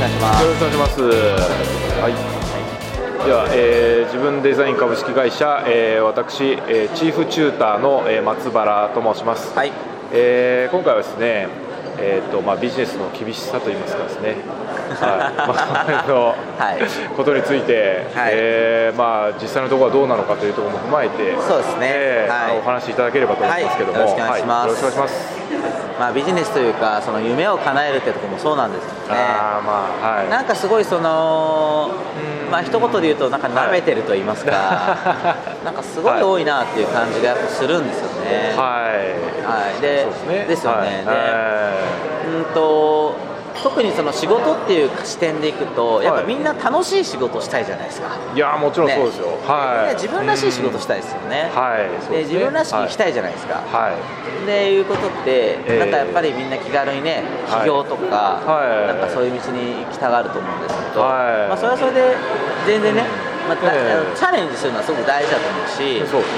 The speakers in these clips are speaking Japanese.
願いします。 よろしくお願いします。はい。では、自分デザイン株式会社、私、チーフチューターの、松原と申します。 はい。 今回はですね、ビジネスの厳しさといいますかですね、ことについて、実際のところはどうなのかというところも踏まえて、 そうですね、 お話しいただければと思いますけども、 よろしくお願いします。 よろしくお願いします。 ビジネスというか、その夢を叶えるってところもそうなんですけどね、なんかすごいその、一言で言うと、なんか舐めてると言いますか、なんかすごい多いなっていう感じがやっぱするんですよね。ですよね。特にその仕事っていう視点でいくと、やっぱみんな楽しい仕事をしたいじゃないですか。 いやもちろんそうですよ。 自分らしい仕事したいですよね。で自分らしく生きたいじゃないですか。でいうことって、なんかやっぱりみんな気軽にね、起業とか、なんかそういう道に行きたがると思うんですけど、それはそれで全然ね、チャレンジするのはすごく大事だと思うし、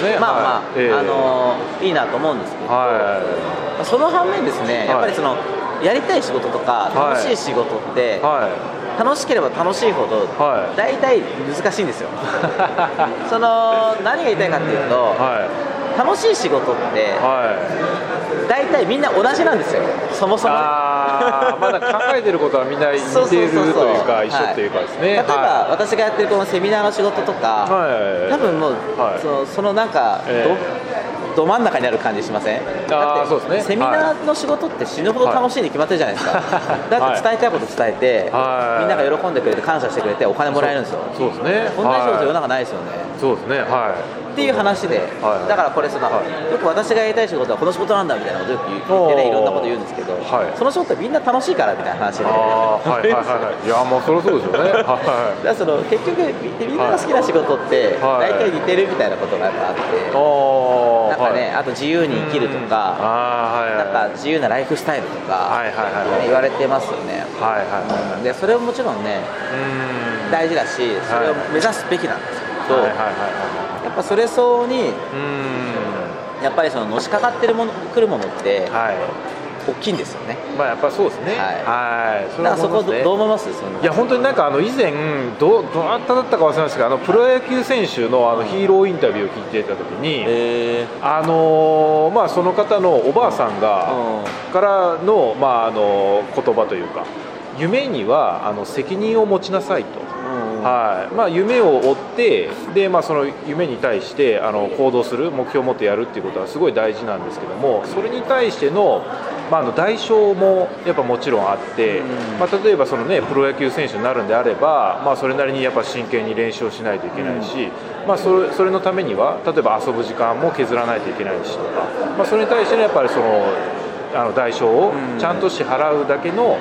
いいなと思うんですけど、その反面ですね、やっぱりそのやりたい仕事とか楽しい仕事って、楽しければ楽しいほど大体難しいんですよ。その何が言いたいかっていうと、楽しい仕事って大体みんな同じなんですよ、そもそも。 まだ考えてることはみんな似ているというか、一緒というかですね。例えば私がやってるこのセミナーの仕事とか、多分もうそのなんかど真ん中にある感じしません？だってセミナーの仕事って死ぬほど楽しいに決まってるじゃないですか。だって伝えたいこと伝えて、みんなが喜んでくれて感謝してくれてお金もらえるんですよ。 そうですね。 こんな仕事世の中ないですよね。 そうですね。 っていう話で、だからこれよく私がやりたい仕事はこの仕事なんだみたいなことよく言ってね、いろんなこと言うんですけど、その仕事はみんな楽しいからみたいな話で。いやもうそりゃそうですよね。だからその結局みんなが好きな仕事って大体似てるみたいなことがやっぱあって、なんかね、あと自由に生きるとか、なんか自由なライフスタイルとか言われてますよね。でそれももちろんね大事だし、それを目指すべきなんですけど、やっぱそれ相応にやっぱりそののしかかってくるものって大きいんですよね。 やっぱそうですね。 だからそこどう思います？ いや本当になんか以前どなただったか忘れましたけど、プロ野球選手のヒーローインタビューを聞いていた時に、その方のおばあさんからの言葉というか、夢には責任を持ちなさいと。夢を追ってで、その夢に対して行動する、目標を持ってやるっていうことはすごい大事なんですけども、それに対しての、代償もやっぱもちろんあって、例えばその、プロ野球選手になるんであれば、それなりにやっぱ真剣に練習をしないといけないし、それのためには例えば遊ぶ時間も削らないといけないしとか、それに対してのやっぱりその代償をちゃんと支払うだけの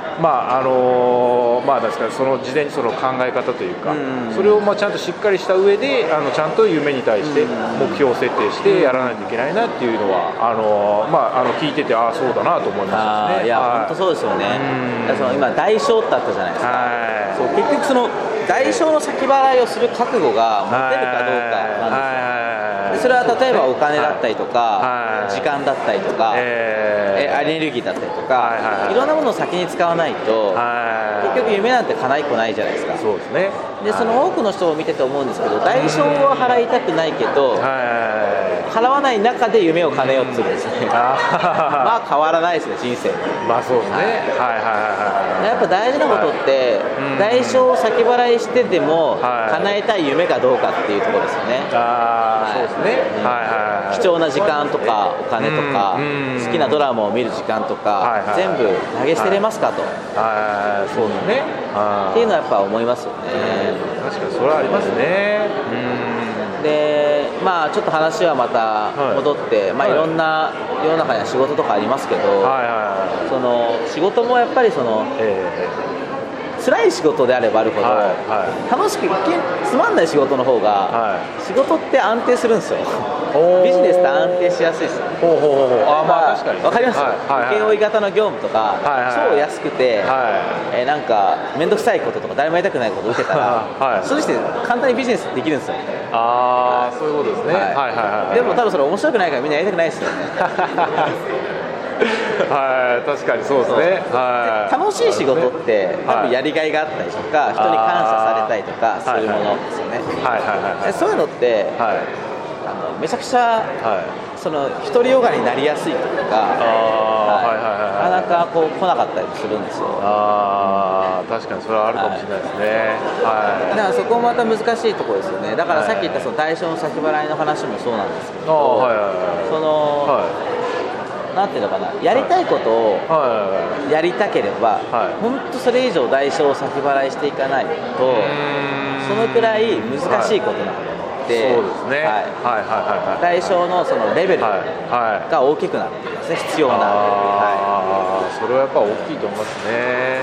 ですからその事前にその考え方というか、それをちゃんとしっかりした上でちゃんと夢に対して目標を設定してやらないといけないなっていうのは聞いててそうだなと思いましたね。 いや本当そうですよね。その今代償ってあったじゃないですか。そう結局その代償の先払いをする覚悟が持てるかどうかなんですよ。それは例えばお金だったりとか、時間だったりとか、エネルギーだったりとか、いろんなものを先に使わないと、結局夢なんて叶いっこないじゃないですか。 そうですね。 でその多くの人を見てて思うんですけど、代償は払いたくないけど、払わない中で夢を叶えようとするんですね。変わらないですね、人生。 そうですね。 やっぱ大事なことって、代償を先払いしてでも叶えたい夢かどうかっていうところですよね。 そうですね。 貴重な時間とかお金とか好きなドラマを見る時間とか全部投げ捨てれますかと。 そうですね。 っていうのはやっぱ思いますよね。 確かにそれはありますね。 でちょっと話はまた戻って、いろんな世の中には仕事とかありますけど、その仕事もやっぱりその辛い仕事であればあるほど、楽しくつまんない仕事の方が、仕事って安定するんですよ。ビジネスって安定しやすいですよ。 確かに分かります？請負型の業務とか、超安くて、なんか面倒くさいこととか誰もやりたくないことを受けたら、そうして簡単にビジネスできるんですよ。 そういうことですね。 でも多分それ面白くないからみんなやりたくないですよね。 はい、確かにそうですね。 はい、楽しい仕事って多分やりがいがあったりとか、人に感謝されたりとか、そういうものですよね。そういうのって、めちゃくちゃ、その独りよがりになりやすいというか、なかなかこう来なかったりするんですよ。 確かにそれはあるかもしれないですね。 だからそこもまた難しいところですよね。だからさっき言ったその代償の先払いの話もそうなんですけど、その、なんていうのかな、やりたいことをやりたければ、本当それ以上代償を先払いしていかないと、そのくらい難しいことなの。そうですね。代償のそのレベルが大きくなっていますね、必要な。 それはやっぱ大きいと思いますね。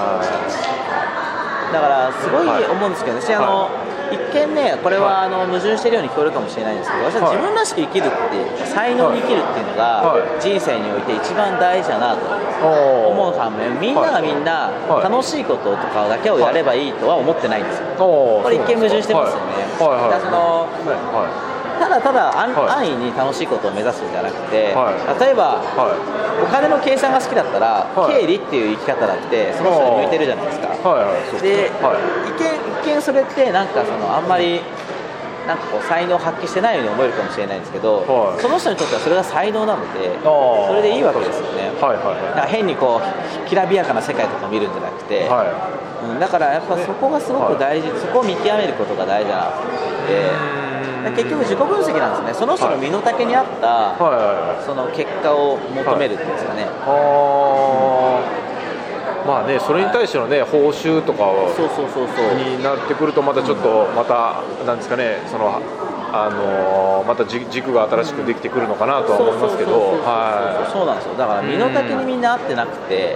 だからすごい思うんですけど、私一見ね、これは矛盾しているように聞こえるかもしれないんですけど、私は自分らしく生きるっていう、才能に生きるっていうのが人生において一番大事だなと思う反面、みんながみんな楽しいこととかだけをやればいいとは思ってないんですよ。これ一見矛盾してますよね。ただただ安易に楽しいことを目指すんじゃなくて、例えばお金の計算が好きだったら経理っていう生き方だってその人に向いてるじゃないですか。で一見それってなんかあんまりなんかこう才能を発揮してないように思えるかもしれないんですけど、その人にとってはそれが才能なので、それでいいわけですよね。だから変にこうきらびやかな世界とか見るんじゃなくて、だからやっぱそこがすごく大事、そこを見極めることが大事だなと思って。結局自己分析なんですね。その人の身の丈に合ったその結果を求めるっていうんですかね。 まあね、それに対してのね報酬とかになってくるとまたちょっとまたなんですかね、そのまた軸が新しくできてくるのかなとは思いますけど、 そうなんですよ。だから身の丈にみんな合ってなくて、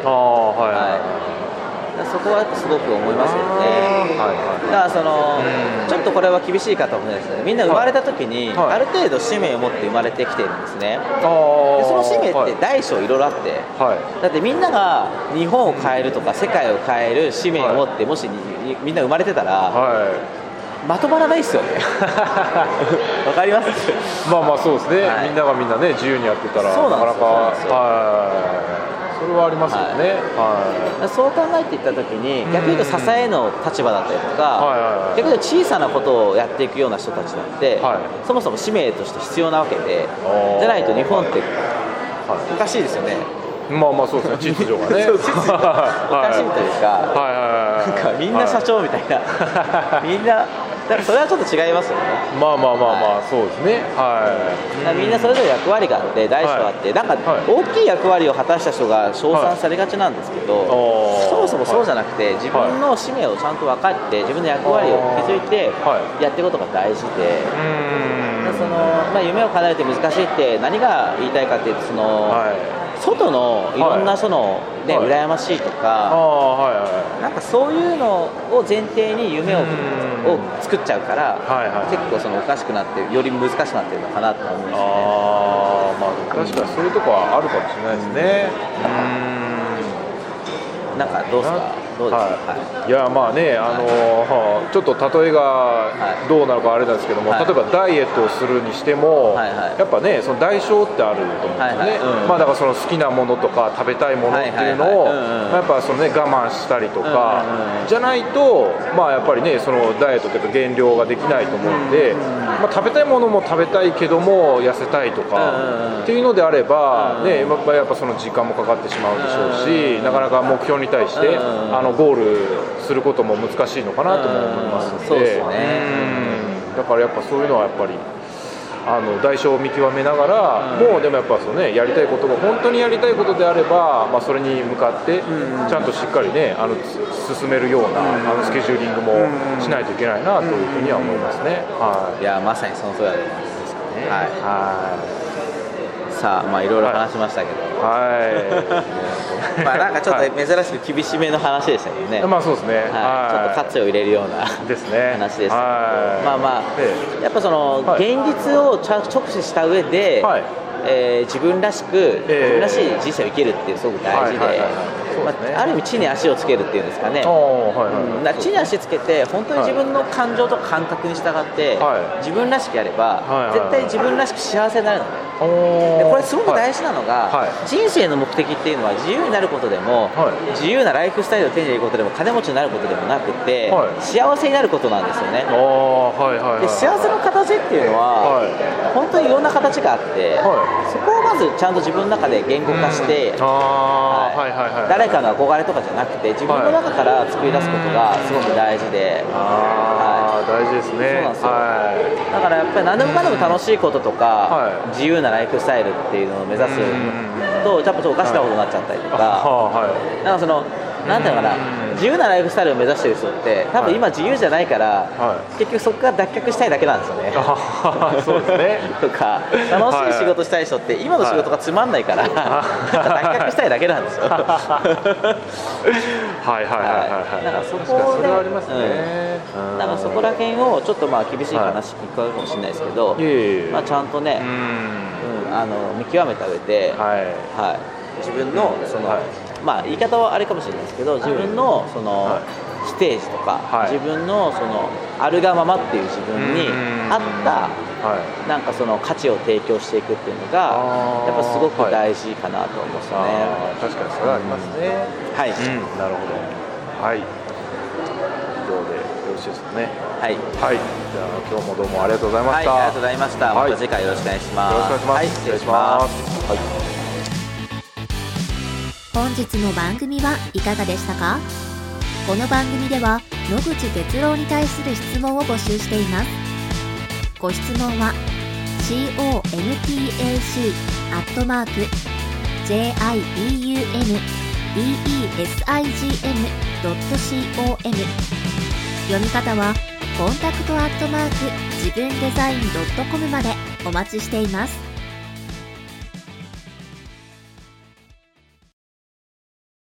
そこはすごく思いますよね。だからちょっとこれは厳しいかと思うんですけど、みんな生まれた時にある程度使命を持って生まれてきているんですね。でその使命って大小いろいろあって、だってみんなが日本を変えるとか世界を変える使命を持ってもしみんな生まれてたら、まとまらないですよね。わかります？ まあそうですね。みんながみんなね自由にやってたらなかなかそれはありますよね。 そう考えていったときに、逆に言うと支えの立場だったりとか、逆に言うと小さなことをやっていくような人たちだって、そもそも使命として必要なわけで、じゃないと日本っておかしいですよね。 まあそうですね、秩序がねおかしいというか、なんかみんな社長みたいな、みんなだからそれはちょっと違いますよね。 まあそうですね。 みんなそれぞれ役割があって大小あって、なんか大きい役割を果たした人が称賛されがちなんですけど、そもそもそうじゃなくて自分の使命をちゃんと分かって自分の役割を築いてやっていくことが大事で、夢を叶えて難しいって何が言いたいかっていうと、外のいろんな人の羨ましいとか、なんかそういうのを前提に夢を作っちゃうから、結構おかしくなってより難しくなってるのかなと思うんですよね。 確かにそういうとこはあるかもしれないですね。 なんかどうですか？どうですか？ いやまあね、ちょっと例えがどうなのかあれなんですけども、例えばダイエットをするにしても、やっぱねその代償ってあると思うんですよね。まあだからその好きなものとか食べたいものっていうのをやっぱそのね我慢したりとかじゃないと、まあやっぱりねそのダイエットって減量ができないと思うんで、まあ食べたいものも食べたいけども痩せたいとかっていうのであればね、やっぱその時間もかかってしまうでしょうし、なかなか目標に対してゴールすることも難しいのかなとも思いますので、だからやっぱそういうのはやっぱり代償を見極めながら、もうでもやっぱそうね、やりたいことが本当にやりたいことであれば、まあ、それに向かってちゃんとしっかりね進めるようなスケジューリングもしないといけないなというふうには思いますね。 いやまさにその通りだと思いますね。さあ、まあいろいろ話しましたけど、まあなんかちょっと珍しく厳しめの話でしたけどね。 まあそうですね。 ちょっと活を入れるような話でしたけど、まあやっぱその現実を直視した上で、自分らしい人生を生きるっていうすごく大事で、ある意味地に足をつけるっていうんですかね。地に足つけて本当に自分の感情と感覚に従って自分らしくやれば絶対自分らしく幸せになるので、 でこれすごく大事なのが、人生の目的っていうのは自由になることでも、自由なライフスタイルを手に入れることでも金持ちになることでもなくて、幸せになることなんですよね。で幸せの形っていうのは、本当にいろんな形があって、そこをまずちゃんと自分の中で言語化して、誰かの憧れとかじゃなくて自分の中から作り出すことがすごく大事で、 大事ですね。 そうなんですよ。だからやっぱり何でもかんでも楽しいこととか、自由なライフスタイルっていうのを目指すとやっぱちょっとおかしなことになっちゃったりとか、なんかそのなんていうのかな、自由なライフスタイルを目指してる人って多分今自由じゃないから、結局そこから脱却したいだけなんですよね。 そうですね。 とか楽しい仕事したい人って今の仕事がつまんないから、脱却したいだけなんですよ。だからそこをね、だからそこら辺をちょっとまあ厳しい話聞くかもしれないですけど、まあちゃんとね、見極めた上で、自分のそのまあ言い方はあれかもしれないですけど、自分のそのステージとか、自分のそのあるがままっていう自分に合ったなんかその価値を提供していくっていうのがやっぱすごく大事かなと思うんですよね。 確かにそれはありますね。はい、なるほど。はい。以上でよろしいですかね。はい。はい。じゃあ今日もどうもありがとうございました。 はい、ありがとうございました。また次回よろしくお願いします。 よろしくお願いします。 失礼します。はい。 本日の番組はいかがでしたか？この番組では野口哲郎に対する質問を募集しています。ご質問は contact@jibundesign.com 読み方はcontact@jibundesign.com までお待ちしています。